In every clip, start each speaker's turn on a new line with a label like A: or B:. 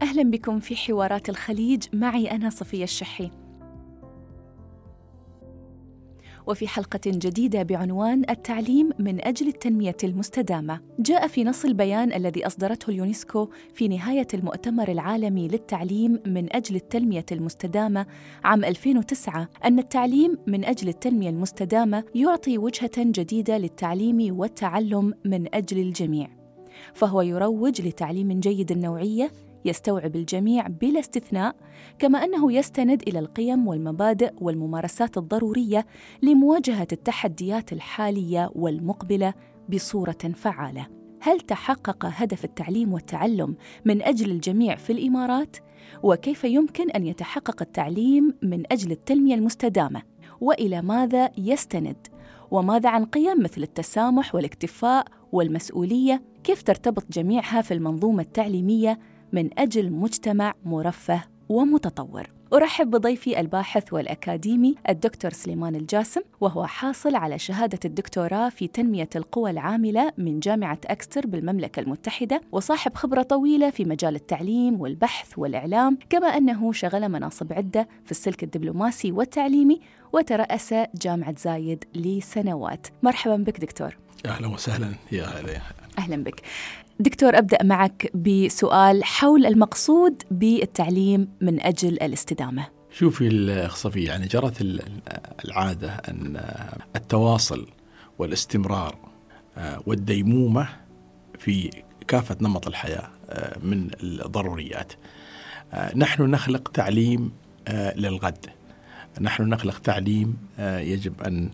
A: أهلا بكم في حوارات الخليج، معي أنا صفية الشحي، وفي حلقة جديدة بعنوان التعليم من أجل التنمية المستدامة. جاء في نص البيان الذي أصدرته اليونسكو في نهاية المؤتمر العالمي للتعليم من أجل التنمية المستدامة عام 2009 أن التعليم من أجل التنمية المستدامة يعطي وجهة جديدة للتعليم والتعلم من أجل الجميع، فهو يروج لتعليم جيد النوعية يستوعب الجميع بلا استثناء، كما أنه يستند إلى القيم والمبادئ والممارسات الضرورية لمواجهة التحديات الحالية والمقبلة بصورة فعالة. هل تحقق هدف التعليم والتعلم من أجل الجميع في الإمارات؟ وكيف يمكن أن يتحقق التعليم من أجل التنمية المستدامة؟ وإلى ماذا يستند؟ وماذا عن قيم مثل التسامح والاكتفاء والمسؤولية؟ كيف ترتبط جميعها في المنظومة التعليمية من أجل مجتمع مرفه ومتطور؟ أرحب بضيفي الباحث والأكاديمي الدكتور سليمان الجاسم، وهو حاصل على شهادة الدكتوراه في تنمية القوى العاملة من جامعة أكستر بالمملكة المتحدة، وصاحب خبرة طويلة في مجال التعليم والبحث والإعلام، كما أنه شغل مناصب عدة في السلك الدبلوماسي والتعليمي، وترأس جامعة زايد لسنوات. مرحبا بك دكتور.
B: أهلا وسهلا. يا هلا.
A: أهلا بك دكتور. أبدأ معك بسؤال حول المقصود بالتعليم من أجل الاستدامة.
B: شوفي صفية، يعني جرت العادة أن التواصل والاستمرار والديمومة في كافة نمط الحياة من الضروريات. نحن نخلق تعليم للغد، نحن نخلق تعليم يجب أن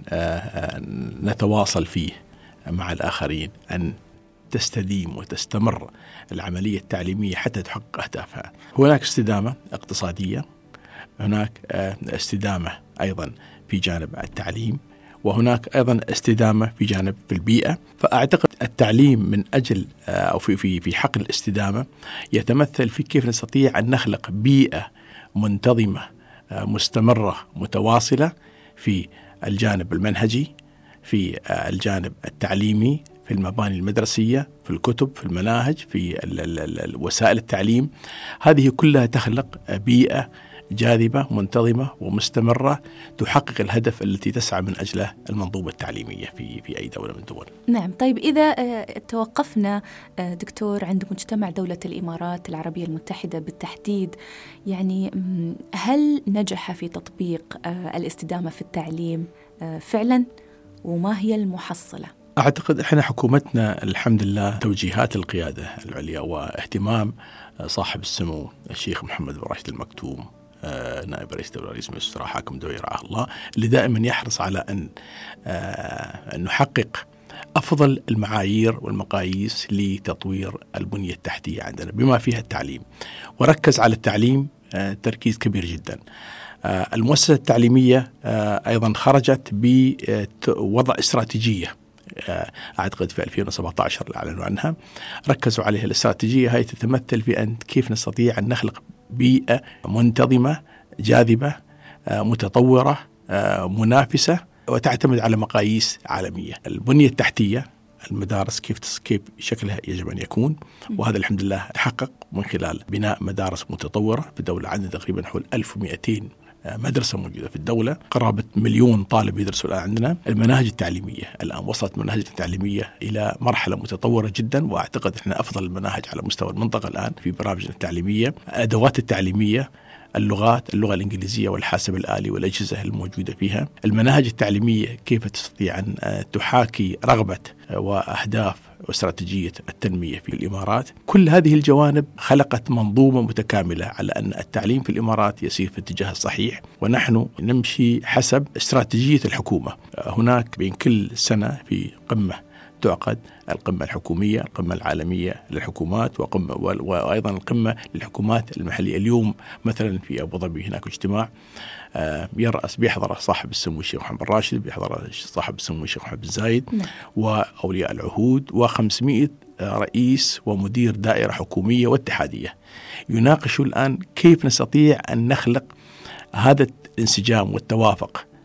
B: نتواصل فيه مع الآخرين، أن تستديم وتستمر العملية التعليمية حتى تحقق أهدافها. هناك استدامة اقتصادية، هناك استدامة أيضا في جانب التعليم، وهناك أيضا استدامة في جانب في البيئة. فأعتقد التعليم من أجل أو في حق الاستدامة يتمثل في كيف نستطيع أن نخلق بيئة منتظمة مستمرة متواصلة في الجانب المنهجي، في الجانب التعليمي، في المباني المدرسية، في الكتب، في المناهج، في وسائل التعليم. هذه كلها تخلق بيئة جاذبة منتظمة ومستمرة تحقق الهدف التي تسعى من أجله المنظومة التعليمية في أي دولة من الدول.
A: نعم. طيب إذا توقفنا دكتور عند مجتمع دولة الإمارات العربية المتحدة بالتحديد، يعني هل نجح في تطبيق الاستدامة في التعليم فعلا؟ وما هي المحصلة؟
B: أعتقد إحنا حكومتنا الحمد لله توجيهات القيادة العليا واهتمام صاحب السمو الشيخ محمد بن راشد المكتوم نائب رئيس الدولة رئيس مجلس الوزراء حاكم الدولة رعاه الله، اللي دائما يحرص على أن نحقق أفضل المعايير والمقاييس لتطوير البنية التحتية عندنا بما فيها التعليم، وركز على التعليم تركيز كبير جدا. المؤسسة التعليمية أيضا خرجت بوضع استراتيجية، أعتقد في 2017 اللي أعلنوا عنها، ركزوا عليها. الاستراتيجية هاي تتمثل في أن كيف نستطيع أن نخلق بيئة منتظمة جاذبة متطورة منافسة وتعتمد على مقاييس عالمية. البنية التحتية، المدارس كيف شكلها يجب أن يكون، وهذا الحمد لله تحقق من خلال بناء مدارس متطورة في الدولة. عندنا تقريبا حول 1200 مدرسة موجودة في الدولة، قرابة 1,000,000 طالب يدرسوا الآن عندنا. المناهج التعليمية الآن وصلت المناهج التعليمية إلى مرحلة متطورة جدا، وأعتقد إحنا أفضل المناهج على مستوى المنطقة الآن في برامجنا التعليمية. الأدوات التعليمية، اللغات، اللغة الإنجليزية والحاسب الآلي والأجهزة الموجودة فيها. المناهج التعليمية كيف تستطيع أن تحاكي رغبة وأهداف واستراتيجية التنمية في الإمارات. كل هذه الجوانب خلقت منظومة متكاملة على أن التعليم في الإمارات يسير في الاتجاه الصحيح، ونحن نمشي حسب استراتيجية الحكومة. هناك بين كل سنة في قمة تعقد، القمة الحكومية، القمة العالمية للحكومات، وأيضا القمة للحكومات المحلية. اليوم مثلا في أبو ظبي هناك اجتماع بيحضر صاحب السمو الشيخ محمد بن راشد، بيحضر صاحب السمو الشيخ محمد بن زايد وأولياء العهود و500 رئيس ومدير دائرة حكومية واتحادية، يناقشوا الآن كيف نستطيع أن نخلق هذا الانسجام والتوافق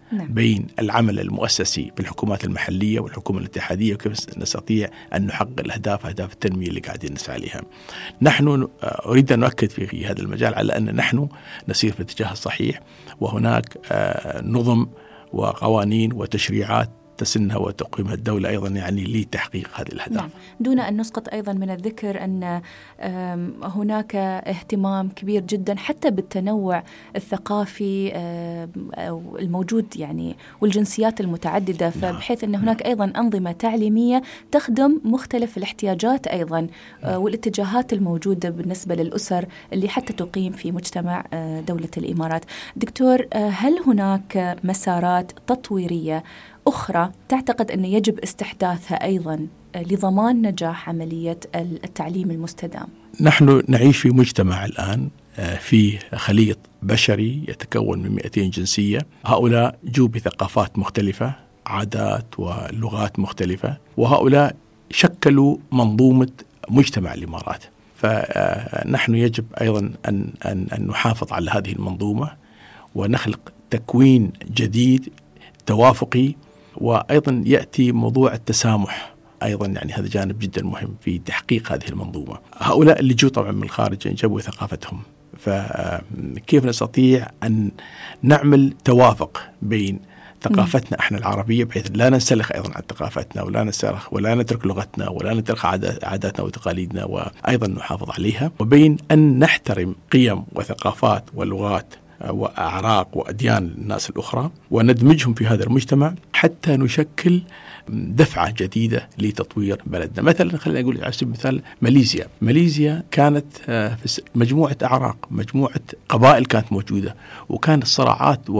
B: بين العمل المؤسسي في الحكومات المحلية والحكومة الاتحادية، وكيف نستطيع أن نحقق الأهداف التنمية اللي قاعدين نسعى لها. نحن أريد أن نؤكد في هذا المجال على أن نحن نسير في الاتجاه الصحيح، وهناك نظم وقوانين وتشريعات تسنها وتقيمها الدولة أيضا يعني لتحقيق هذه الأهداف.
A: نعم. دون أن نسقط أيضا من الذكر أن هناك اهتمام كبير جدا حتى بالتنوع الثقافي الموجود يعني والجنسيات المتعددة، فبحيث أن هناك أيضا أنظمة تعليمية تخدم مختلف الاحتياجات أيضا والاتجاهات الموجودة بالنسبة للأسر اللي حتى تقيم في مجتمع دولة الإمارات. دكتور، هل هناك مسارات تطويرية أخرى تعتقد أن يجب استحداثها أيضا لضمان نجاح عملية التعليم المستدام؟
B: نحن نعيش في مجتمع الآن في خليط بشري يتكون من 200 جنسية. هؤلاء جو بثقافات مختلفة، عادات ولغات مختلفة، وهؤلاء شكلوا منظومة مجتمع الإمارات. فنحن يجب أيضا أن نحافظ على هذه المنظومة ونخلق تكوين جديد توافقي. وأيضا يأتي موضوع التسامح أيضا، يعني هذا جانب جدا مهم في تحقيق هذه المنظومة. هؤلاء اللي جو طبعا من الخارج جابوا ثقافتهم، فكيف نستطيع أن نعمل توافق بين ثقافتنا احنا العربية بحيث لا ننسلخ أيضا عن ثقافتنا ولا ننسلخ ولا نترك لغتنا ولا نترك عاداتنا وتقاليدنا وأيضا نحافظ عليها، وبين أن نحترم قيم وثقافات ولغات وأعراق وأديان الناس الأخرى وندمجهم في هذا المجتمع حتى نشكل دفعة جديدة لتطوير بلدنا. مثلا خلينا نقول على سبيل المثال ماليزيا كانت في مجموعة أعراق، مجموعة قبائل كانت موجودة، وكان الصراعات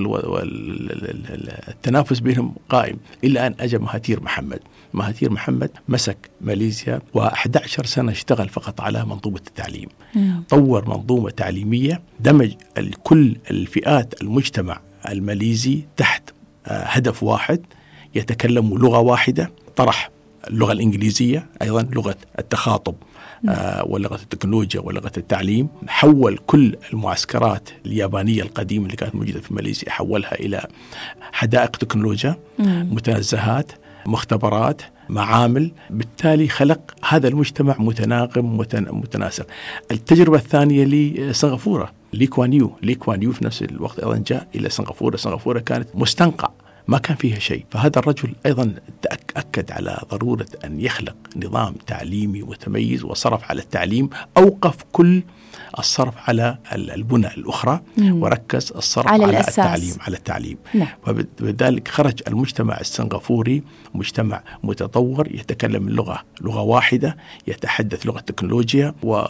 B: والتنافس بينهم قائم، إلا أن أجى مهاتير محمد مسك ماليزيا و11 سنة اشتغل فقط على منظومة التعليم. طور منظومة تعليمية دمج كل الفئات المجتمع الماليزي تحت هدف واحد، يتكلم لغة واحدة، طرح اللغة الإنجليزية أيضا لغة التخاطب ولغة التكنولوجيا ولغة التعليم. حول كل المعسكرات اليابانية القديمة اللي كانت موجودة في ماليزيا، حولها إلى حدائق تكنولوجيا، متنزهات، مختبرات، معامل. بالتالي خلق هذا المجتمع متناغم متناسق. التجربة الثانية لسنغافورة، لي كوان يو في نفس الوقت أيضا جاء إلى سنغافورة كانت مستنقع ما كان فيها شيء. فهذا الرجل أيضا أكد على ضرورة أن يخلق نظام تعليمي متميز، وصرف على التعليم، أوقف كل الصرف على البنى الأخرى وركز الصرف على التعليم. وبذلك خرج المجتمع السنغافوري مجتمع متطور يتكلم لغة واحدة، يتحدث لغة التكنولوجيا،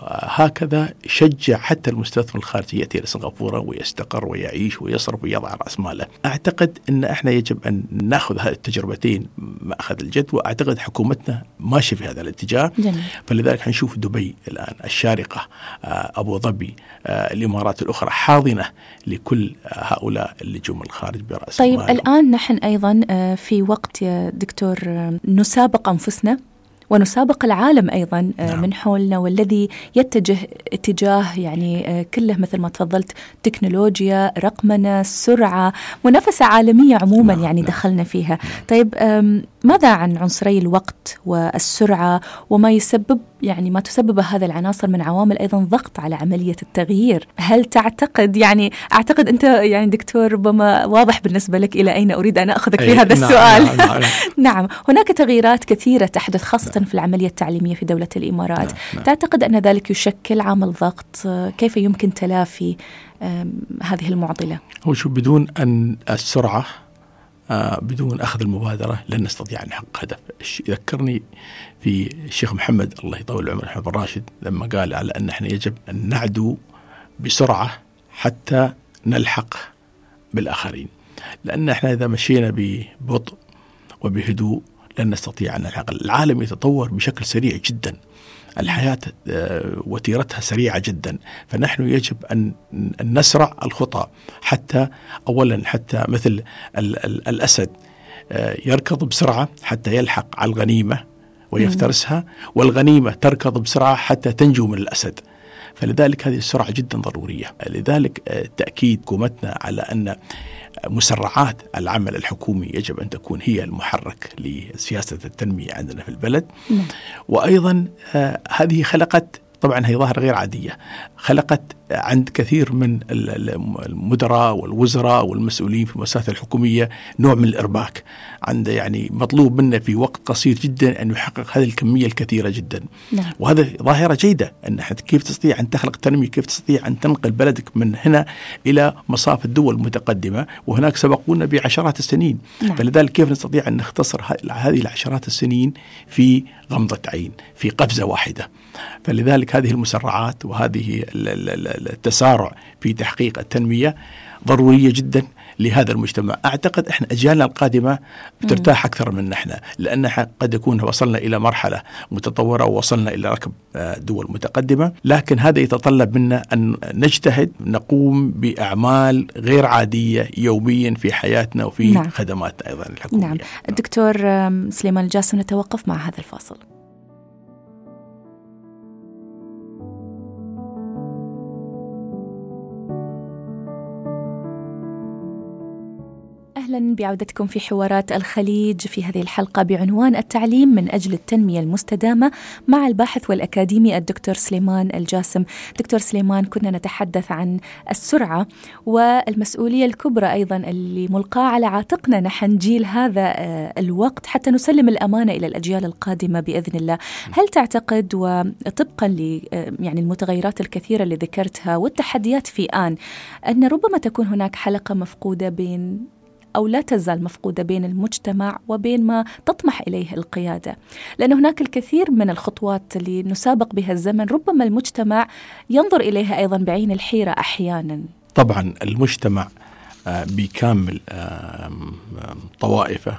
B: وهكذا شجع حتى المستثمر الخارجي يأتي إلى سنغافورة ويستقر ويعيش ويصرف ويضع رأس ماله. أعتقد أن احنا يجب أن نأخذ هذه التجربتين مأخذ الجد، وأعتقد حكومتنا ماشية في هذا الاتجاه. فلذلك حنشوف دبي الآن الشارقة، أبو ظبي، الإمارات الأخرى حاضنة لكل هؤلاء اللي جو من الخارج برأس
A: طيب
B: مال.
A: الآن نحن أيضا في وقت يا دكتور نسابق أنفسنا ونسابق العالم أيضا من حولنا، والذي يتجه اتجاه يعني كله مثل ما تفضلت تكنولوجيا، رقمنة، سرعة، منافسة عالمية عموما يعني دخلنا فيها. طيب ماذا عن عنصري الوقت والسرعة وما ما تسبب هذا العناصر من عوامل أيضا ضغط على عملية التغيير؟ هل تعتقد أعتقد أنت يعني دكتور ربما واضح بالنسبة لك إلى أين أريد أن أخذك في هذا السؤال. نعم، هناك تغييرات كثيرة تحدث خاصة في العملية التعليمية في دولة الإمارات. تعتقد أن ذلك يشكل عامل ضغط؟ كيف يمكن تلافي هذه المعضلة؟
B: هو بدون أن السرعة بدون أخذ المبادرة لن نستطيع أن نحقق هدف. يذكرني في الشيخ محمد الله يطول عمره محمد بن راشد لما قال على أن احنا يجب أن نعدو بسرعة حتى نلحق بالآخرين، لأن احنا إذا مشينا ببطء وبهدوء لن نستطيع أن نلحق. العالم يتطور بشكل سريع جدا، الحياة وتيرتها سريعة جدا، فنحن يجب أن نسرع الخطى حتى مثل الأسد يركض بسرعة حتى يلحق على الغنيمة ويفترسها، والغنيمة تركض بسرعة حتى تنجو من الأسد. فلذلك هذه السرعة جدا ضرورية. لذلك تأكيد حكومتنا على أن مسرعات العمل الحكومي يجب أن تكون هي المحرك لسياسة التنمية عندنا في البلد. وأيضا هذه خلقت، طبعا هي ظاهرة غير عادية، خلقت عند كثير من المدراء والوزراء والمسؤولين في المؤسسات الحكومية نوع من الإرباك. عنده يعني مطلوب منه في وقت قصير جدا أن يحقق هذه الكمية الكثيرة جدا. وهذا ظاهرة جيدة، أن كيف تستطيع أن تخلق تنمية، كيف تستطيع أن تنقل بلدك من هنا إلى مصاف الدول المتقدمة، وهناك سبقونا بعشرات السنين. فلذلك كيف نستطيع أن نختصر هذه العشرات السنين في غمضة عين، في قفزة واحدة. فلذلك هذه المسرعات وهذه التسارع في تحقيق التنمية ضرورية جدا لهذا المجتمع. أعتقد إحنا أجيالنا القادمة بترتاح أكثر من إحنا، لأن قد يكون وصلنا إلى مرحلة متطورة ووصلنا إلى ركب دول متقدمة، لكن هذا يتطلب منا أن نجتهد، نقوم بأعمال غير عادية يوميا في حياتنا وفي خدماتنا أيضا الحكومية.
A: نعم. الدكتور سليمان الجاسم، نتوقف مع هذا الفاصل. أهلا بعودتكم في حوارات الخليج في هذه الحلقة بعنوان التعليم من أجل التنمية المستدامة مع الباحث والأكاديمي الدكتور سليمان الجاسم. دكتور سليمان، كنا نتحدث عن السرعة والمسؤولية الكبرى أيضا اللي ملقاة على عاتقنا نحن جيل هذا الوقت حتى نسلم الأمانة إلى الأجيال القادمة بإذن الله. هل تعتقد، وطبقا يعني المتغيرات الكثيرة اللي ذكرتها والتحديات في آن، أن ربما تكون هناك حلقة مفقودة بين، أو لا تزال مفقودة بين المجتمع وبين ما تطمح إليه القيادة؟ لأن هناك الكثير من الخطوات اللي نسابق بها الزمن ربما المجتمع ينظر إليها أيضا بعين الحيرة أحيانا.
B: طبعا المجتمع بكامل طوائفه،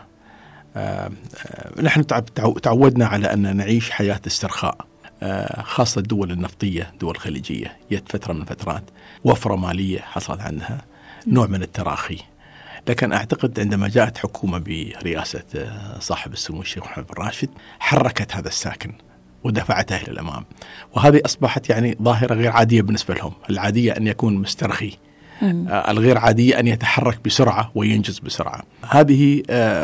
B: نحن تعودنا على أن نعيش حياة استرخاء، خاصة الدول النفطية، دول الخليجية، يد فترة من فترات وفرة مالية حصل عنها نوع من التراخي. لكن أعتقد عندما جاءت حكومة برئاسة صاحب السمو الشيخ محمد بن راشد حركت هذا الساكن ودفعته إلى الأمام، وهذه أصبحت يعني ظاهرة غير عادية بالنسبة لهم. العادية أن يكون مسترخي، الغير عادية أن يتحرك بسرعة وينجز بسرعة. هذه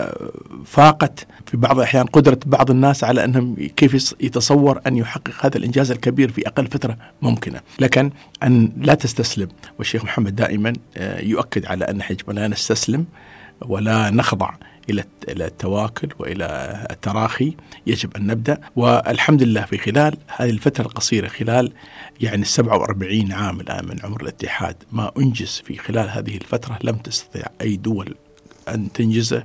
B: فاقت في بعض الأحيان قدرة بعض الناس على أنهم كيف يتصور أن يحقق هذا الإنجاز الكبير في أقل فترة ممكنة. لكن أن لا تستسلم، والشيخ محمد دائما يؤكد على أن يجب لا نستسلم ولا نخضع إلى التواكل وإلى التراخي، يجب أن نبدأ. والحمد لله في خلال هذه الفترة القصيرة، خلال يعني 47 عام الآن من عمر الاتحاد، ما أنجز في خلال هذه الفترة لم تستطيع أي دول أن تنجزه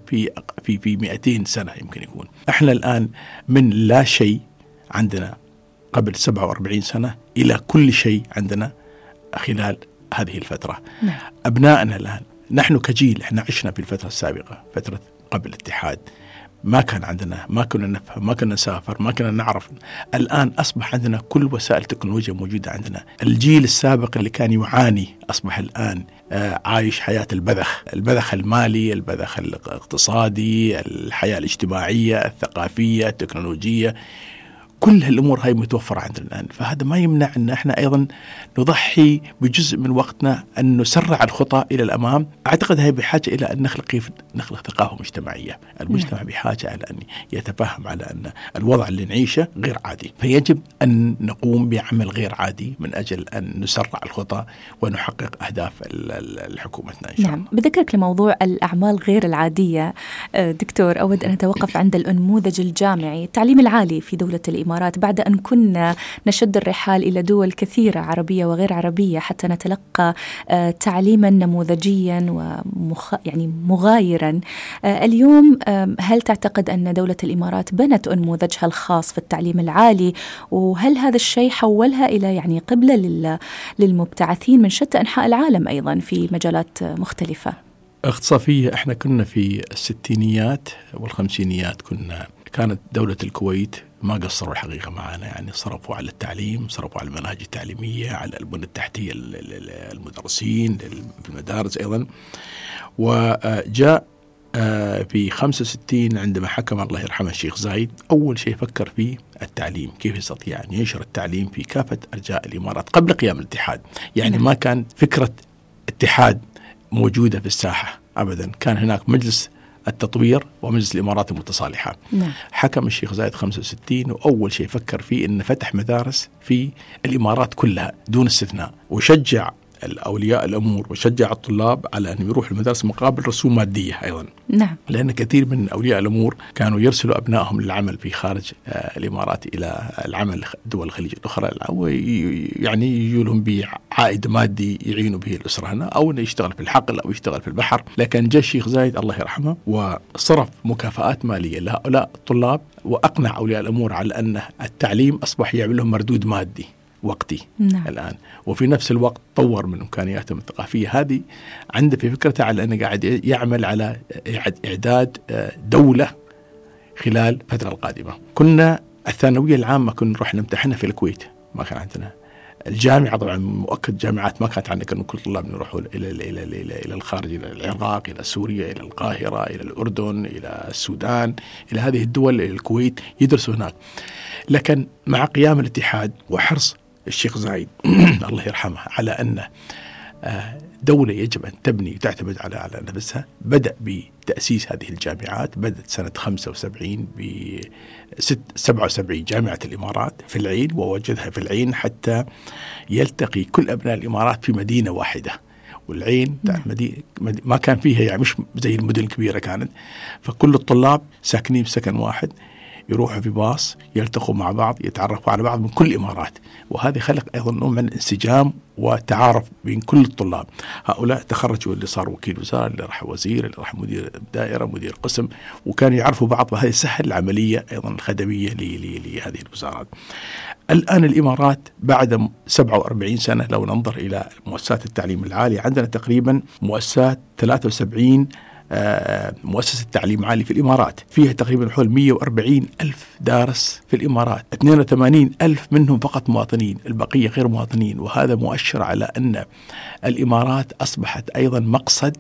B: في 200 سنة يمكن يكون. احنا الآن من لا شيء عندنا قبل 47 سنة إلى كل شيء عندنا خلال هذه الفترة. أبنائنا الآن، نحن كجيل احنا عشنا في الفترة السابقة، فترة قبل الاتحاد، ما كان عندنا، ما كنا نفهم، ما كنا نسافر، ما كنا نعرف. الآن أصبح عندنا كل وسائل التكنولوجيا موجودة عندنا. الجيل السابق اللي كان يعاني أصبح الآن عايش حياة البذخ المالي، البذخ الاقتصادي، الحياة الاجتماعية، الثقافية، التكنولوجية، كل هالأمور هاي متوفرة عندنا الآن. فهذا ما يمنع أن احنا أيضا نضحي بجزء من وقتنا أن نسرع الخطى إلى الأمام. أعتقد هاي بحاجة إلى أن كيف نخلق ثقافة مجتمعية. المجتمع بحاجة على أن يتفهم على أن الوضع اللي نعيشه غير عادي، فيجب أن نقوم بعمل غير عادي من أجل أن نسرع الخطى ونحقق أهداف حكومتنا إن شاء الله.
A: نعم، بذكرك لموضوع الأعمال غير العادية دكتور، أود أن أتوقف عند النموذج الجامعي، التعليم العالي في دولة الإمارات، بعد أن كنا نشد الرحال إلى دول كثيرة عربية وغير عربية حتى نتلقى تعليما نموذجيا يعني مغايرا. اليوم هل تعتقد أن دولة الإمارات بنت نموذجها الخاص في التعليم العالي، وهل هذا الشيء حولها إلى يعني قبلة للمبتعثين من شتى أنحاء العالم أيضا في مجالات مختلفة؟
B: اختصافية، احنا كنا في الستينيات والخمسينيات كانت دولة الكويت ما قصروا الحقيقة معنا، يعني صرفوا على التعليم، صرفوا على المناهج التعليمية، على البنى التحتية، المدرسين في المدارس أيضا. وجاء في 65 عندما حكم الله يرحمه الشيخ زايد، أول شيء فكر فيه التعليم، كيف يستطيع أن ينشر التعليم في كافة أرجاء الإمارات قبل قيام الاتحاد. يعني ما كان فكرة اتحاد موجودة في الساحة أبدا، كان هناك مجلس التطوير ومجلس الإمارات المتصالحة.
A: نعم.
B: حكم الشيخ زايد 65 وأول شيء فكر فيه إنه فتح مدارس في الإمارات كلها دون استثناء، وشجع الأولياء الأمور وشجع الطلاب على أن يروحوا المدارس مقابل رسوم مادية أيضا.
A: نعم.
B: لأن كثير من أولياء الأمور كانوا يرسلوا أبنائهم للعمل في خارج الإمارات إلى العمل دول الخليج الأخرى، يعني يجوا لهم بعائد مادي يعينوا به الأسرة هنا، أو أنه يشتغل في الحقل أو يشتغل في البحر. لكن جاء الشيخ زايد الله يرحمه وصرف مكافآت مالية لهؤلاء الطلاب، وأقنع أولياء الأمور على أن التعليم أصبح يعمل لهم مردود مادي وقتي.
A: نعم.
B: الآن، وفي نفس الوقت طور من إمكانياتهم الثقافية. هذه عنده في فكرته على أنه قاعد يعمل على إعداد دولة خلال الفترة القادمة. كنا الثانوية العامة كنا نروح نمتحنها في الكويت، ما كان عندنا الجامعة. طبعا مؤكد جامعات ما كانت عندنا، كانوا كل طلاب نروحوا إلى الخارج، إلى العراق، إلى سوريا، إلى القاهرة، إلى الأردن، إلى السودان، إلى هذه الدول، إلى الكويت، يدرسوا هناك. لكن مع قيام الاتحاد وحرص الشيخ زايد الله يرحمه على أن دولة يجب أن تبني وتعتمد على نفسها، بدأ بتأسيس هذه الجامعات. بدأت سنة 75 ب 77 جامعة الإمارات في العين، ووجدها في العين حتى يلتقي كل أبناء الإمارات في مدينة واحدة. والعين ما كان فيها يعني مش زي المدن الكبيرة كانت، فكل الطلاب ساكنين في سكن واحد، يروحوا في باص، يلتقوا مع بعض، يتعرفوا على بعض من كل الإمارات. وهذا خلق أيضا نوع من الانسجام وتعارف بين كل الطلاب. هؤلاء تخرجوا، اللي صار وكيل وزارة، اللي راح وزير، اللي راح مدير دائرة، مدير قسم، وكانوا يعرفوا بعض، وهذا سهل العملية أيضا الخدمية لهذه الوزارات. الآن الإمارات بعد 47 سنة لو ننظر إلى مؤسسات التعليم العالي، عندنا تقريبا مؤسسات 73 مؤسسة تعليم عالي في الإمارات، فيها تقريبا حول 140 ألف دارس في الإمارات، 82 ألف منهم فقط مواطنين، البقية غير مواطنين. وهذا مؤشر على أن الإمارات أصبحت أيضا مقصد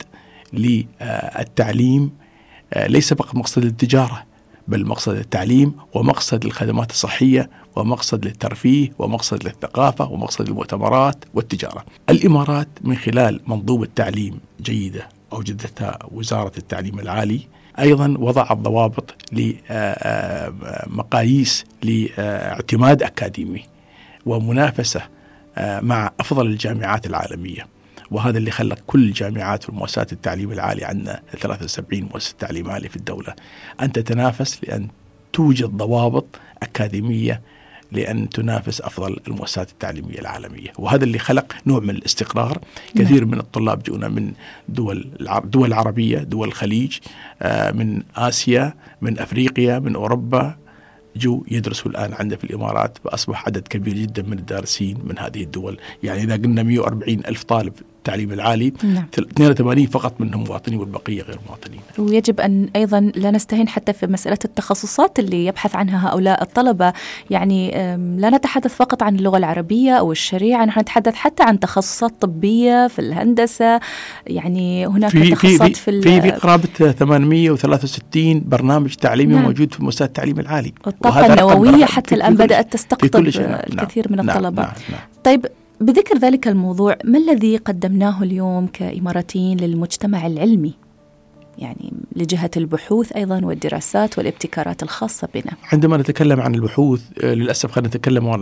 B: للتعليم، ليس فقط مقصد للتجارة، بل مقصد التعليم، ومقصد للخدمات الصحية، ومقصد للترفيه، ومقصد للثقافة، ومقصد للمؤتمرات والتجارة. الإمارات من خلال منظومة تعليم جيدة أوجدتها وزارة التعليم العالي، أيضا وضع الضوابط لمقاييس لاعتماد أكاديمي ومنافسة مع أفضل الجامعات العالمية. وهذا اللي خلق كل الجامعات والمؤسسات التعليم العالي، عندنا 73 مؤسسة تعليم عالي في الدولة، أن تتنافس لأن توجد ضوابط أكاديمية لأن تنافس أفضل المؤسسات التعليمية العالمية. وهذا اللي خلق نوع من الاستقرار. كثير من الطلاب جونا من دول عربية، دول الخليج، من آسيا، من أفريقيا، من أوروبا، جو يدرسوا الآن عندنا في الإمارات، فأصبح عدد كبير جدا من الدارسين من هذه الدول. يعني إذا قلنا 140 ألف طالب التعليم العالي، 82 فقط منهم مواطنين والبقية غير مواطنين.
A: ويجب أن أيضا لا نستهين حتى في مسألة التخصصات اللي يبحث عنها هؤلاء الطلبة. يعني لا نتحدث فقط عن اللغة العربية أو الشريعة، نحن نتحدث حتى عن تخصصات طبية في الهندسة. يعني هناك تخصصات
B: في قرابة 863 برنامج تعليمي موجود في مؤسسات التعليم العالي.
A: الطاقة النووية حتى الآن بدأت تستقطب الكثير من الطلبة. طيب، بذكر ذلك الموضوع، ما الذي قدمناه اليوم كإماراتيين للمجتمع العلمي، يعني لجهة البحوث أيضا والدراسات والابتكارات الخاصة بنا؟
B: عندما نتكلم عن البحوث للأسف خلينا نتكلم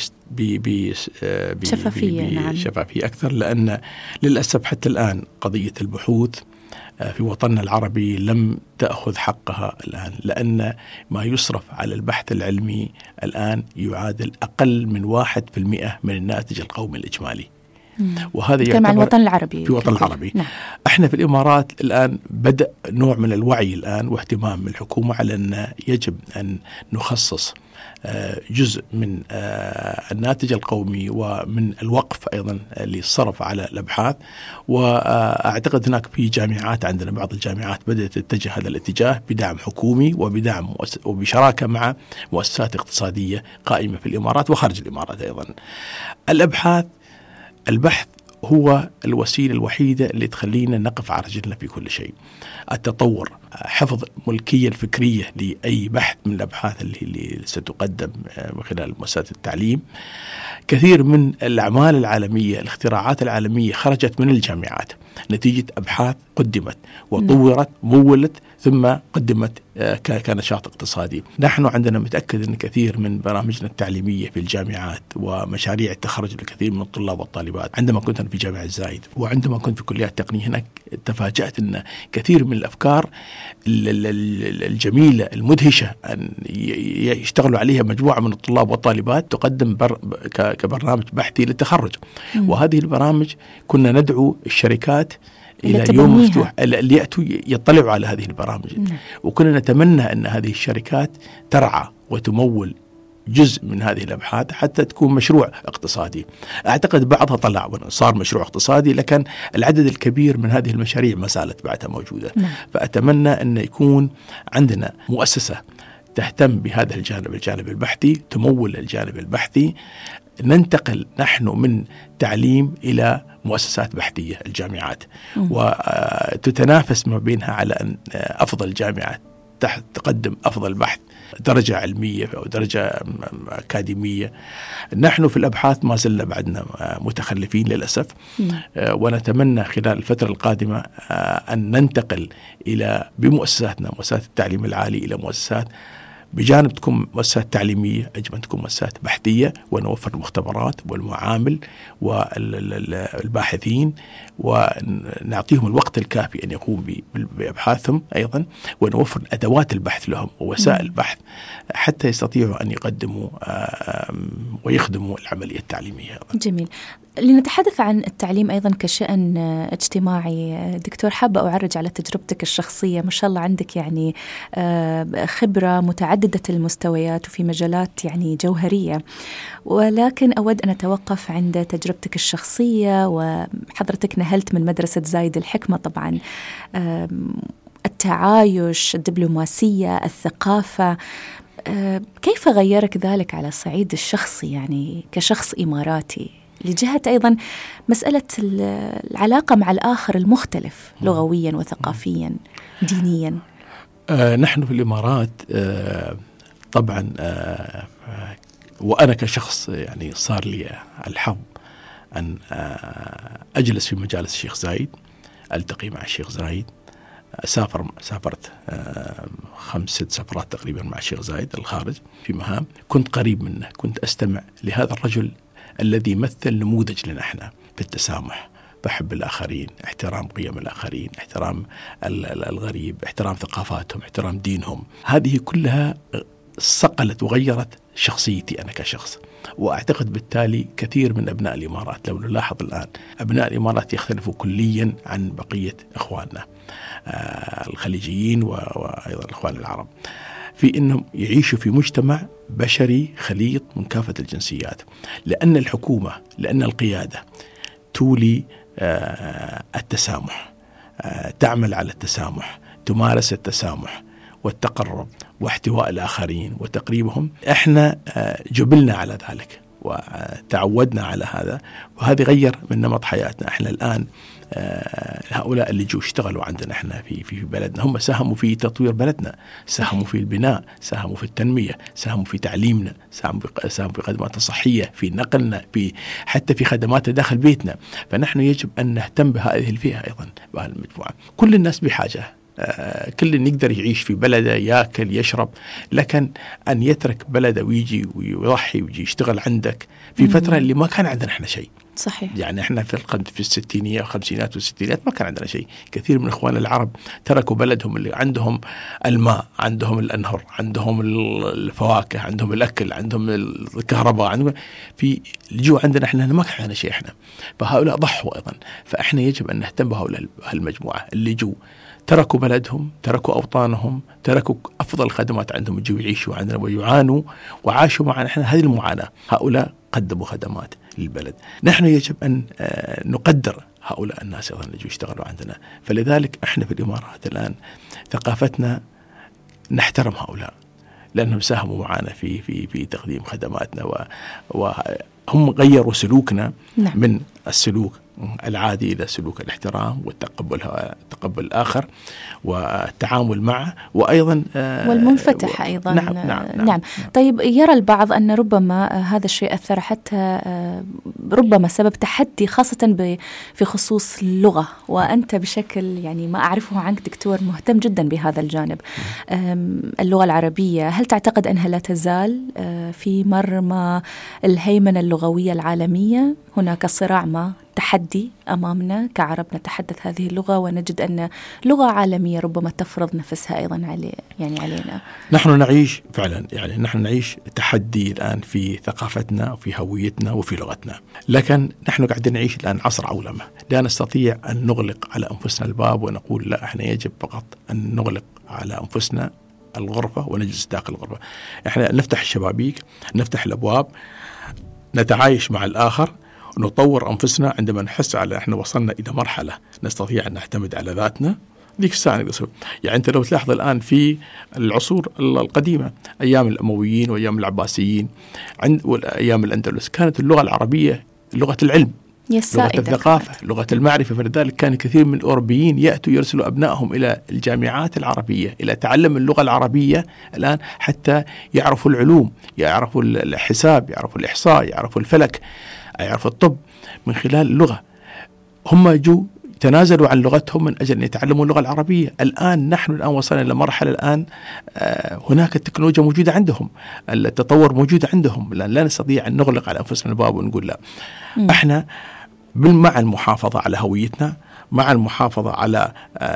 A: بشفافية. نعم.
B: شفافية أكثر، لأن للأسف حتى الآن قضية البحوث في وطننا العربي لم تأخذ حقها الآن، لأن ما يصرف على البحث العلمي الآن يعادل أقل من 1% من الناتج القومي الإجمالي. وهذا يعتبر
A: عن الوطن العربي.
B: في الوطن العربي. نعم. احنا في الإمارات الآن بدأ نوع من الوعي الآن واهتمام من الحكومة على أن يجب أن نخصص جزء من الناتج القومي ومن الوقف أيضا اللي صرف على الأبحاث. وأعتقد هناك في جامعات، عندنا بعض الجامعات بدأت تتجه هذا الاتجاه بدعم حكومي وبدعم وبشراكة مع مؤسسات اقتصادية قائمة في الإمارات وخارج الإمارات أيضا. البحث هو الوسيلة الوحيدة اللي تخلينا نقف على رجلنا في كل شيء. التطور، حفظ الملكية الفكرية لأي بحث من الأبحاث اللي ستقدم من خلال مؤسسات التعليم. كثير من الأعمال العالمية، الاختراعات العالمية خرجت من الجامعات. نتيجة أبحاث قدمت وطورت مولت ثم قدمت كنشاط اقتصادي. نحن عندنا متأكد أن كثير من برامجنا التعليمية في الجامعات ومشاريع التخرج لكثير من الطلاب والطالبات، عندما كنت في جامعة زايد وعندما كنت في كليات التقنية هناك، تفاجأت أن كثير من الأفكار الجميلة المدهشة أن يشتغلوا عليها مجموعة من الطلاب والطالبات تقدم كبرنامج بحثي للتخرج. وهذه البرامج كنا ندعو الشركات إلى اليوم مفتوح اللي يأتوا يطلعوا على هذه البرامج. وكنا نتمنى أن هذه الشركات ترعى وتمول جزء من هذه الأبحاث حتى تكون مشروع اقتصادي. أعتقد بعضها طلع وصار مشروع اقتصادي، لكن العدد الكبير من هذه المشاريع ما زالت بعدها موجودة. فأتمنى أن يكون عندنا مؤسسة تهتم بهذا الجانب البحثي، تمول الجانب البحثي. ننتقل نحن من تعليم إلى مؤسسات بحثية، الجامعات، وتتنافس ما بينها على أن أفضل جامعة تقدم أفضل بحث، درجة علمية أو درجة أكاديمية. نحن في الأبحاث ما زلنا بعدنا متخلفين للأسف. ونتمنى خلال الفترة القادمة أن ننتقل إلى بمؤسساتنا، مؤسسات التعليم العالي، إلى مؤسسات بجانب تكون مؤسسات تعليمية أجمل تكون مؤسسات بحثية، ونوفر المختبرات والمعامل والباحثين ونعطيهم الوقت الكافي أن يقوم بأبحاثهم أيضا، ونوفر أدوات البحث لهم ووسائل البحث حتى يستطيعوا أن يقدموا ويخدموا العملية التعليمية.
A: جميل. لنتحدث عن التعليم أيضا كشأن اجتماعي، دكتور، حابة أعرج على تجربتك الشخصية. ما شاء الله عندك يعني خبرة متعددة المستويات وفي مجالات يعني جوهرية، ولكن أود أن أتوقف عند تجربتك الشخصية. وحضرتك نهلت من مدرسة زايد الحكمة طبعا، التعايش، الدبلوماسية، الثقافة، كيف غيرك ذلك على الصعيد الشخصي يعني كشخص إماراتي، لجهة أيضا مسألة العلاقة مع الآخر المختلف لغويا وثقافيا دينيا؟
B: نحن في الإمارات طبعا وأنا كشخص يعني صار لي الحظ أن أجلس في مجالس الشيخ زايد، ألتقي مع الشيخ زايد، سافرت 5-6 سفرات تقريبا مع الشيخ زايد الخارج في مهام. كنت قريب منه، كنت أستمع لهذا الرجل الذي يمثل نموذج لنا احنا في التسامح، بحب الآخرين، احترام قيم الآخرين، احترام الغريب، احترام ثقافاتهم، احترام دينهم. هذه كلها صقلت وغيرت شخصيتي أنا كشخص. وأعتقد بالتالي كثير من أبناء الإمارات، لو نلاحظ الآن أبناء الإمارات يختلفوا كليا عن بقية أخواننا الخليجيين وأيضا الأخوان العرب في أنهم يعيشوا في مجتمع بشري خليط من كافة الجنسيات، لأن الحكومة، لأن القيادة تولي التسامح، تعمل على التسامح، تمارس التسامح والتقرب واحتواء الآخرين وتقريبهم. احنا جبلنا على ذلك وتعودنا على هذا، وهذا غير من نمط حياتنا. احنا الآن هؤلاء اللي جو اشتغلوا عندنا احنا في بلدنا، هم ساهموا في تطوير بلدنا، ساهموا في البناء، ساهموا في التنمية، ساهموا في تعليمنا، ساهموا في خدمات الصحية، في نقلنا، حتى في خدمات داخل بيتنا. فنحن يجب أن نهتم بهذه الفئة أيضا، بهذه المجموعة. كل الناس بحاجة، كل يقدر يعيش في بلده، يأكل يشرب، لكن أن يترك بلده ويجي ويضحي ويجي يشتغل عندك في فترة اللي ما كان عندنا احنا شيء.
A: صحيح. يعني
B: احنا في الستينيات والخمسينات والستينات ما كان عندنا شيء. كثير من اخوان العرب تركوا بلدهم اللي عندهم الماء، عندهم الانهر، عندهم الفواكه، عندهم الاكل، عندهم الكهرباء، عندهم في الجو. عندنا احنا ما كان عندنا شيء احنا. فهؤلاء ضحوا ايضا. فاحنا يجب ان نهتم بهؤلاء المجموعه اللي جو تركوا بلدهم، تركوا أوطانهم، تركوا أفضل خدمات عندهم، يجوا يعيشوا عندنا ويعانوا وعاشوا معنا احنا هذه المعاناة. هؤلاء قدموا خدمات للبلد. نحن يجب أن نقدر هؤلاء الناس أيضا اللي يجوا يشتغلوا عندنا. فلذلك احنا في الإمارات الآن ثقافتنا نحترم هؤلاء لأنهم ساهموا معنا في تقديم خدماتنا، وهم غيروا سلوكنا. نعم. من السلوك العادي إلى سلوك الاحترام والتقبل الآخر والتعامل معه، وأيضا
A: والمنفتح أيضا. نعم. طيب، يرى البعض أن ربما هذا الشيء أثر حتى ربما سبب تحدي خاصة في خصوص اللغة، وأنت بشكل يعني ما أعرفه عنك دكتور مهتم جدا بهذا الجانب. اللغة العربية، هل تعتقد أنها لا تزال في مرمى الهيمنة اللغوية العالمية؟ هناك صراع ما، تحدي أمامنا كعرب نتحدث هذه اللغة، ونجد أن لغة عالمية ربما تفرض نفسها أيضا علينا.
B: نحن نعيش فعلا، يعني نحن نعيش تحدي الآن في ثقافتنا وفي هويتنا وفي لغتنا، لكن نحن قاعدين نعيش الآن عصر عولمة. لا نستطيع أن نغلق على أنفسنا الباب ونقول لا، احنا يجب فقط أن نغلق على أنفسنا الغرفة ونجلس داخل الغرفة. احنا نفتح الشبابيك، نفتح الأبواب، نتعايش مع الآخر، نطور أنفسنا. عندما نحس على إحنا وصلنا إلى مرحلة نستطيع أن نعتمد على ذاتنا، ذيك الساعة نقصر. يعني أنت لو تلاحظ الآن في العصور القديمة، أيام الأمويين وأيام العباسيين وأيام الأندلس، كانت اللغة العربية لغة العلم، لغة الثقافة، لغة المعرفة. فلذلك كان كثير من الأوروبيين يأتوا يرسلوا أبنائهم إلى الجامعات العربية إلى تعلم اللغة العربية الآن، حتى يعرفوا العلوم، يعرفوا الحساب، يعرفوا الإحصاء، يعرفوا الفلك، يعرفوا الطب من خلال اللغة. هم جو تنازلوا عن لغتهم من أجل أن يتعلموا اللغة العربية. نحن الآن وصلنا إلى مرحلة الآن هناك التكنولوجيا موجودة عندهم، التطور موجود عندهم، لا نستطيع أن نغلق على أنفسنا الباب ونقول لا. احنا مع المحافظة على هويتنا، مع المحافظة على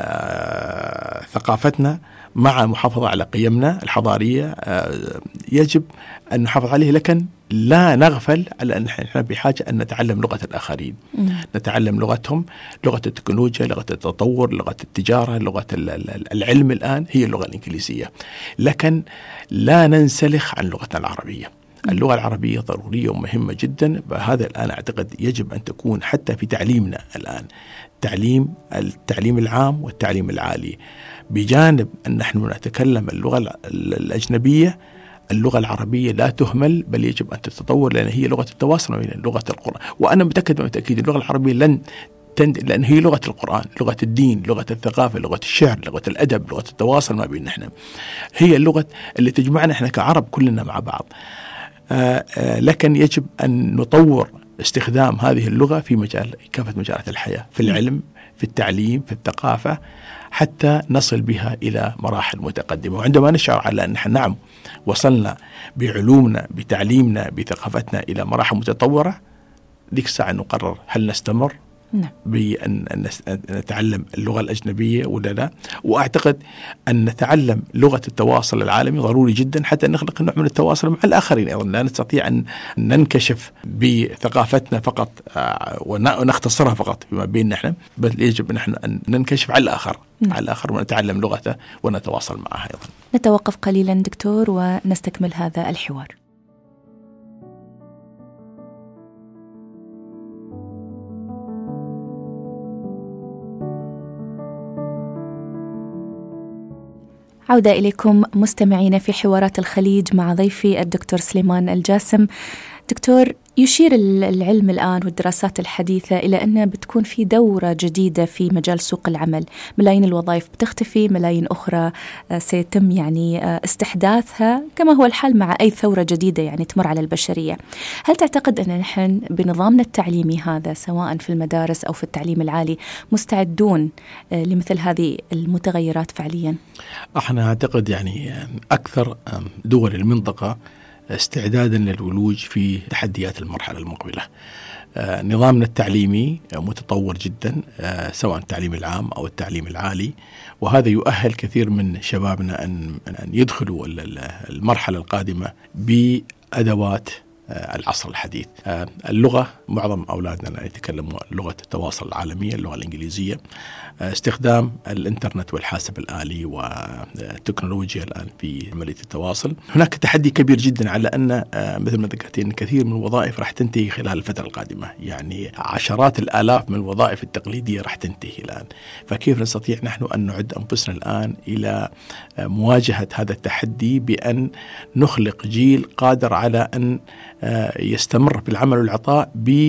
B: ثقافتنا، مع المحافظة على قيمنا الحضارية، يجب أن نحافظ عليه، لكن لا نغفل على أن نحن بحاجة أن نتعلم لغة الآخرين، نتعلم لغتهم، لغة التكنولوجيا، لغة التطور، لغة التجارة، لغة العلم الآن هي اللغة الإنجليزية، لكن لا ننسلخ عن لغتنا العربية. اللغة العربية ضرورية ومهمة جدا. هذا الآن أعتقد يجب أن تكون حتى في تعليمنا الآن، التعليم العام والتعليم العالي، بجانب أن نحن نتكلم اللغة الأجنبية، اللغة العربية لا تهمل، بل يجب أن تتطور، لأن هي لغة التواصل بين لغة القرآن. وأنا متأكد بالتأكيد اللغة العربية لأن هي لغة القرآن، لغة الدين، لغة الثقافة، لغة الشعر، لغة الأدب، لغة التواصل ما بين نحن. هي اللغة اللي تجمعنا احنا كعرب كلنا مع بعض. لكن يجب أن نطور استخدام هذه اللغة في كافة مجالات الحياة، في العلم، في التعليم، في الثقافة، حتى نصل بها إلى مراحل متقدمة. وعندما نشعر على أن نحن نعم وصلنا بعلومنا، بتعليمنا، بثقافتنا إلى مراحل متطورة، ذيك الساعة نقرر هل نستمر بأن نتعلم اللغة الأجنبية ولا لا. وأعتقد أن نتعلم لغة التواصل العالمي ضروري جدا حتى نخلق نوع من التواصل مع الآخرين. أيضا لا نستطيع أن ننكشف بثقافتنا فقط ونختصرها فقط فيما بيننا نحن، بل يجب نحن أن ننكشف على الآخر، على الآخر، ونتعلم لغته ونتواصل معه أيضا.
A: نتوقف قليلا دكتور ونستكمل هذا الحوار. عودة إليكم مستمعين في حوارات الخليج مع ضيفي الدكتور سليمان الجاسم. دكتور، يشير العلم الآن والدراسات الحديثة إلى أن بتكون في دورة جديدة في مجال سوق العمل، ملايين الوظائف بتختفي، ملايين أخرى سيتم استحداثها، كما هو الحال مع أي ثورة جديدة تمر على البشرية. هل تعتقد أن نحن بنظامنا التعليمي هذا سواء في المدارس أو في التعليم العالي مستعدون لمثل هذه المتغيرات فعليا؟
B: احنا أعتقد أكثر دول المنطقة استعدادا للولوج في تحديات المرحلة المقبلة. نظامنا التعليمي متطور جدا، سواء التعليم العام أو التعليم العالي، وهذا يؤهل كثير من شبابنا أن يدخلوا المرحلة القادمة بأدوات العصر الحديث. اللغة، معظم أولادنا يتكلموا لغة التواصل العالمية، اللغة الإنجليزية. استخدام الإنترنت والحاسب الآلي والتكنولوجيا الآن في عملية التواصل. هناك تحدي كبير جدا على أن مثل ما ذكرت إن كثير من الوظائف راح تنتهي خلال الفترة القادمة، عشرات الآلاف من الوظائف التقليدية راح تنتهي الآن. فكيف نستطيع نحن أن نعد أنفسنا الآن إلى مواجهة هذا التحدي بأن نخلق جيل قادر على أن يستمر في العمل والعطاء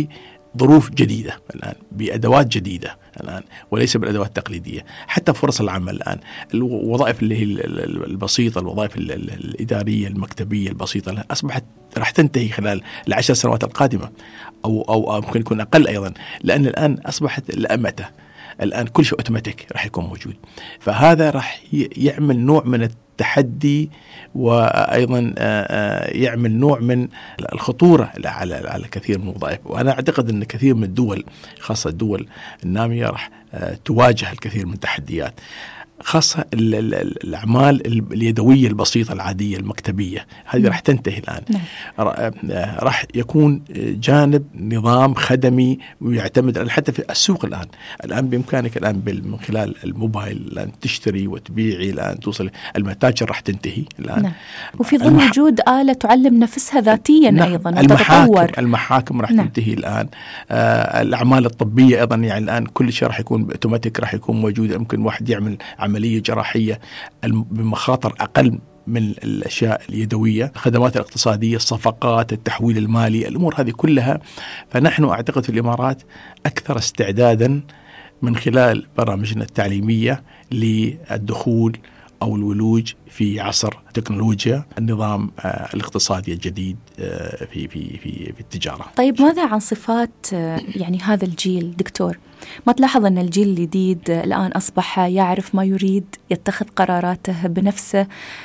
B: ظروف جديدة الآن، بأدوات جديدة الآن، وليس بالأدوات التقليدية. حتى فرص العمل الآن، الوظائف اللي هي البسيطة، الوظائف الإدارية المكتبية البسيطة أصبحت راح تنتهي خلال 10 سنوات القادمة، أو ممكن يكون أقل أيضا، لأن الآن أصبحت الأمتة، الآن كل شيء أوتوماتيك راح يكون موجود. فهذا راح يعمل نوع من التحدي، وأيضا يعمل نوع من الخطورة على كثير من الوظائف. وأنا أعتقد أن كثير من الدول، خاصة الدول النامية، راح تواجه الكثير من التحديات، خاصة الأعمال اليدوية البسيطة العادية المكتبية، هذه راح تنتهي الآن. راح يكون جانب نظام خدمي ويعتمد حتى في السوق. الآن بإمكانك الآن من خلال الموبايل الآن تشتري وتبيعي، الآن توصل المتاجر راح تنتهي الآن.
A: وفي ظل وجود آلة تعلم نفسها ذاتيا أيضا
B: وتتطور. المحاكم راح تنتهي الآن. الأعمال الطبية أيضا، يعني الآن كل شيء راح يكون اوتوماتيك، راح يكون موجود. يمكن واحد يعمل عملية جراحية بمخاطر أقل من الأشياء اليدوية، الخدمات الاقتصادية، الصفقات، التحويل المالي، الأمور هذه كلها. فنحن أعتقد في الإمارات أكثر استعدادا من خلال برامجنا التعليمية للدخول أو الولوج في عصر تكنولوجيا النظام الاقتصادي الجديد في التجارة.
A: طيب ماذا عن صفات يعني هذا الجيل دكتور؟ ما تلاحظ أن الجيل الجديد الآن أصبح يعرف ما يريد، يتخذ قراراته بنفسه،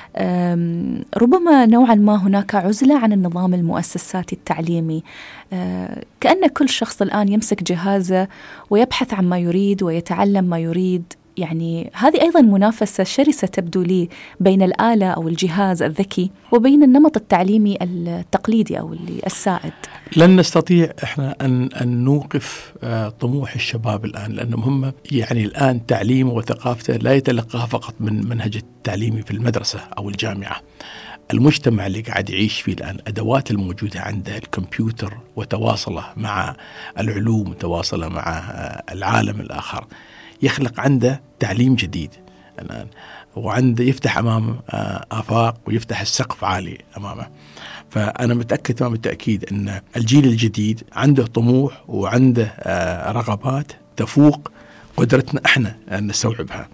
A: ربما نوعا ما هناك عزلة عن النظام المؤسساتي التعليمي، كأن كل شخص الآن يمسك جهازه ويبحث عن ما يريد ويتعلم ما يريد. يعني هذه أيضا منافسة شرسة تبدو لي بين الآلة أو الجهاز الذكي وبين النمط التعليمي التقليدي أو السائد.
B: لن نستطيع إحنا أن نوقف طموح الشباب الآن، لأنهم هم يعني الآن تعليمه وثقافته لا يتلقاها فقط من منهج التعليمي في المدرسة أو الجامعة. المجتمع اللي قاعد يعيش فيه الآن، أدوات الموجودة عنده، الكمبيوتر وتواصله مع العلوم وتواصله مع العالم الآخر، يخلق عنده تعليم جديد الآن، وعنده يفتح أمامه آفاق ويفتح السقف عالي أمامه. فأنا متأكد تمام التأكيد أن الجيل الجديد عنده طموح وعنده رغبات تفوق قدرتنا احنا أن نستوعبها.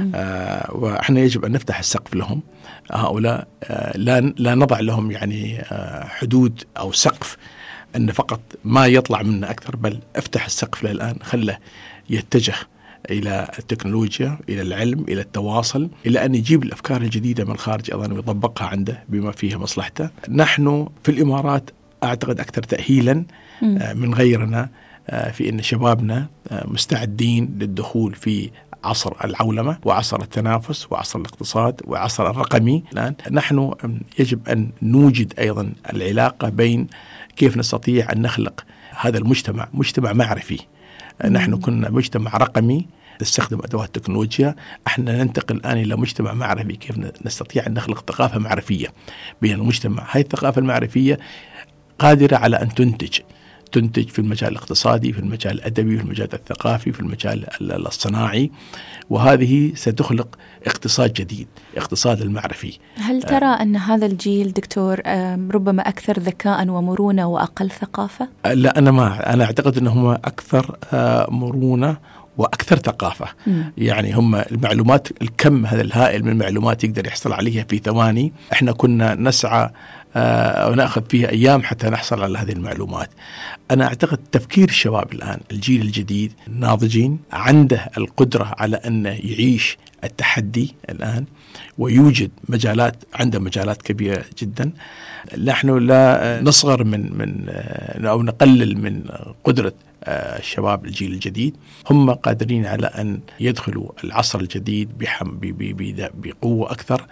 B: وإحنا يجب أن نفتح السقف لهم. هؤلاء لا نضع لهم يعني حدود أو سقف أن فقط ما يطلع منه أكثر، بل افتح السقف له الآن، خله يتجه إلى التكنولوجيا، إلى العلم، إلى التواصل، إلى أن يجيب الأفكار الجديدة من الخارج أيضا ويطبقها عنده بما فيه مصلحته. نحن في الإمارات أعتقد أكثر تأهيلا من غيرنا في أن شبابنا مستعدين للدخول في عصر العولمة وعصر التنافس وعصر الاقتصاد وعصر الرقمي. الآن نحن يجب أن نوجد أيضا العلاقة بين كيف نستطيع أن نخلق هذا المجتمع مجتمع معرفي. نحن كنا مجتمع رقمي نستخدم أدوات التكنولوجيا، احنا ننتقل الآن إلى مجتمع معرفي. كيف نستطيع أن نخلق ثقافة معرفية بين المجتمع؟ هذه الثقافة المعرفية قادرة على أن تنتج في المجال الاقتصادي، في المجال الأدبي، في المجال الثقافي، في المجال الصناعي، وهذه ستخلق اقتصاد جديد، اقتصاد المعرفي.
A: هل ترى أن هذا الجيل دكتور ربما أكثر ذكاء ومرونة وأقل ثقافة؟
B: لا، أنا أعتقد أنهم أكثر مرونة وأكثر ثقافة. يعني هم المعلومات، الكم هذا الهائل من المعلومات يقدر يحصل عليها في ثواني. احنا كنا نسعى ونأخذ فيها أيام حتى نحصل على هذه المعلومات. أنا أعتقد تفكير الشباب الآن، الجيل الجديد الناضجين، عنده القدرة على أن يعيش التحدي الآن ويوجد مجالات، عنده مجالات كبيرة جدا. نحن لا نصغر من أو نقلل من قدرة الشباب الجيل الجديد. هم قادرين على أن يدخلوا العصر الجديد بقوة أكثر،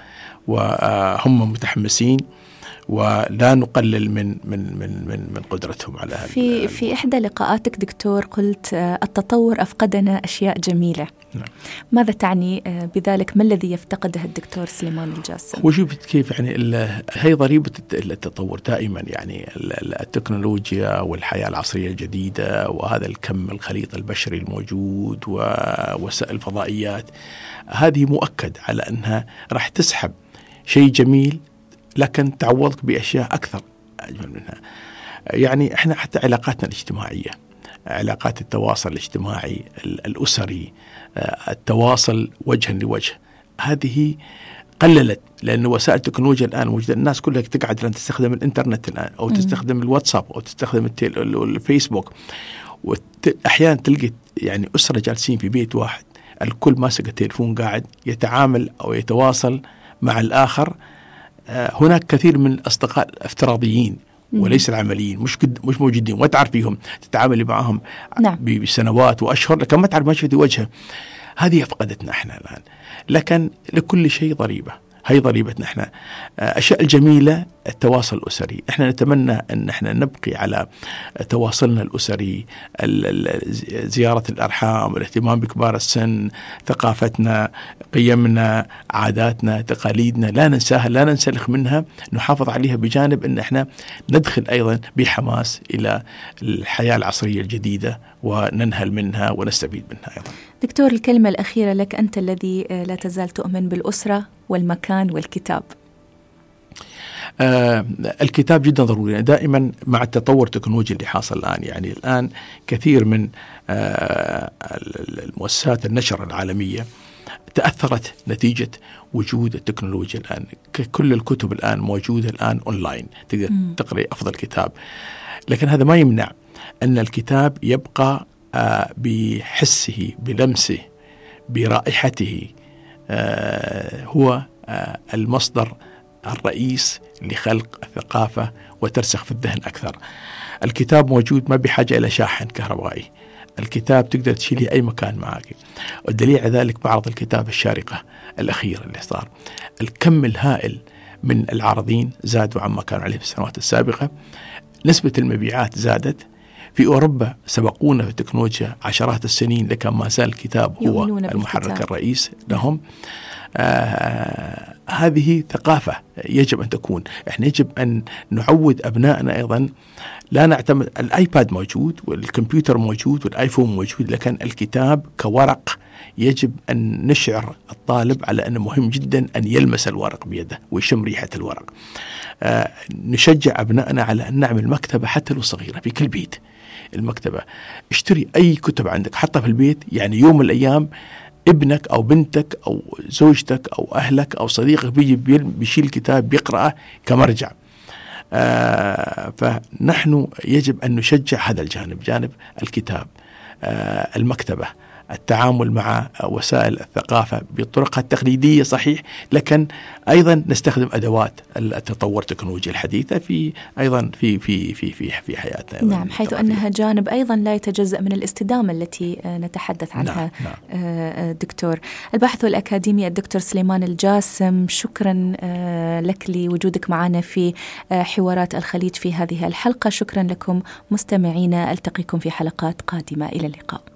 B: وهم متحمسين، ولا نقلل من قدرتهم على هذا.
A: في إحدى لقاءاتك دكتور قلت التطور أفقدنا أشياء جميلة.
B: نعم.
A: ماذا تعني بذلك؟ ما الذي يفتقده الدكتور سليمان الجاسم؟
B: وشوف كيف يعني هي ضريبة التطور دائما، يعني التكنولوجيا والحياة العصرية الجديدة وهذا الكم الخليط البشري الموجود ووسائل الفضائيات، هذه مؤكد على أنها راح تسحب شيء جميل لكن تعوضك بأشياء أكثر أجمل منها. يعني إحنا حتى علاقاتنا الاجتماعية علاقات التواصل الاجتماعي الأسري، التواصل وجها لوجه، هذه قللت، لأن وسائل التكنولوجيا الآن موجودة، الناس كلها تقعد الآن تستخدم الإنترنت الآن، أو تستخدم الواتساب، أو تستخدم الفيسبوك، وأحيانا تلقي يعني أسرة جالسين في بيت واحد، الكل ماسك التليفون قاعد يتعامل أو يتواصل مع الآخر. هناك كثير من الأصدقاء الافتراضيين وليس العمليين، مش موجودين، وما تعرفيهم، تتعاملي معهم بسنوات وأشهر، لكن ما تعرف ما شفتي وجهه. هذه فقدتنا احنا الآن، لكن لكل شيء ضريبة، هي ضريبتنا احنا. أشياء الجميلة التواصل الأسري، احنا نتمنى أن احنا نبقي على تواصلنا الأسري، زيارة الأرحام، الاهتمام بكبار السن، ثقافتنا، قيمنا، عاداتنا، تقاليدنا، لا ننساها، لا ننسلخ منها، نحافظ عليها، بجانب أن احنا ندخل أيضا بحماس إلى الحياة العصرية الجديدة وننهل منها ونستفيد منها أيضا.
A: دكتور، الكلمة الأخيرة لك، أنت الذي لا تزال تؤمن بالأسرة والمكان والكتاب.
B: الكتاب جدا ضروري دائما مع التطور التكنولوجي اللي حاصل الآن. يعني الآن كثير من المؤسسات النشر العالمية تأثرت نتيجة وجود التكنولوجيا الآن. كل الكتب الآن موجودة الآن أونلاين، تقدر تقرأ أفضل كتاب، لكن هذا ما يمنع أن الكتاب يبقى بحسه، بلمسه، برائحته، هو المصدر الرئيس لخلق الثقافة وترسخ في الذهن أكثر. الكتاب موجود، ما بحاجة إلى شاحن كهربائي، الكتاب تقدر تشيله أي مكان معك. والدليل على ذلك معرض الكتاب الشارقة الأخير اللي صار، الكم الهائل من العارضين زادوا عما كانوا عليه في السنوات السابقة، نسبة المبيعات زادت. في أوروبا سبقونا في التكنولوجيا عشرات السنين، لكن ما زال الكتاب هو المحرك الرئيس لهم. هذه ثقافة يجب أن تكون. إحنا يجب أن نعود أبنائنا أيضا، لا نعتمد. الآيباد موجود والكمبيوتر موجود والآيفون موجود، لكن الكتاب كورق يجب أن نشعر الطالب على أنه مهم جدا أن يلمس الورق بيده ويشم ريحة الورق. نشجع أبنائنا على أن نعمل مكتبة حتى لو صغيرة في كل بيت. المكتبة، اشتري أي كتب عندك حطها في البيت، يعني يوم من الأيام ابنك أو بنتك أو زوجتك أو أهلك أو صديقك بيشيل الكتاب بيقرأه كمرجع. فنحن يجب أن نشجع هذا الجانب، جانب الكتاب، المكتبة، التعامل مع وسائل الثقافة بطرقها التقليدية صحيح، لكن أيضا نستخدم أدوات التطور التكنولوجي الحديثة في أيضا في حياتنا.
A: نعم، حيث أنها جانب أيضا لا يتجزأ من الاستدامة التي نتحدث عنها. نعم. دكتور الباحث الأكاديمي الدكتور سليمان الجاسم، شكرا لك لوجودك معنا في حوارات الخليج في هذه الحلقة. شكرا لكم مستمعينا، ألتقيكم في حلقات قادمة، إلى اللقاء.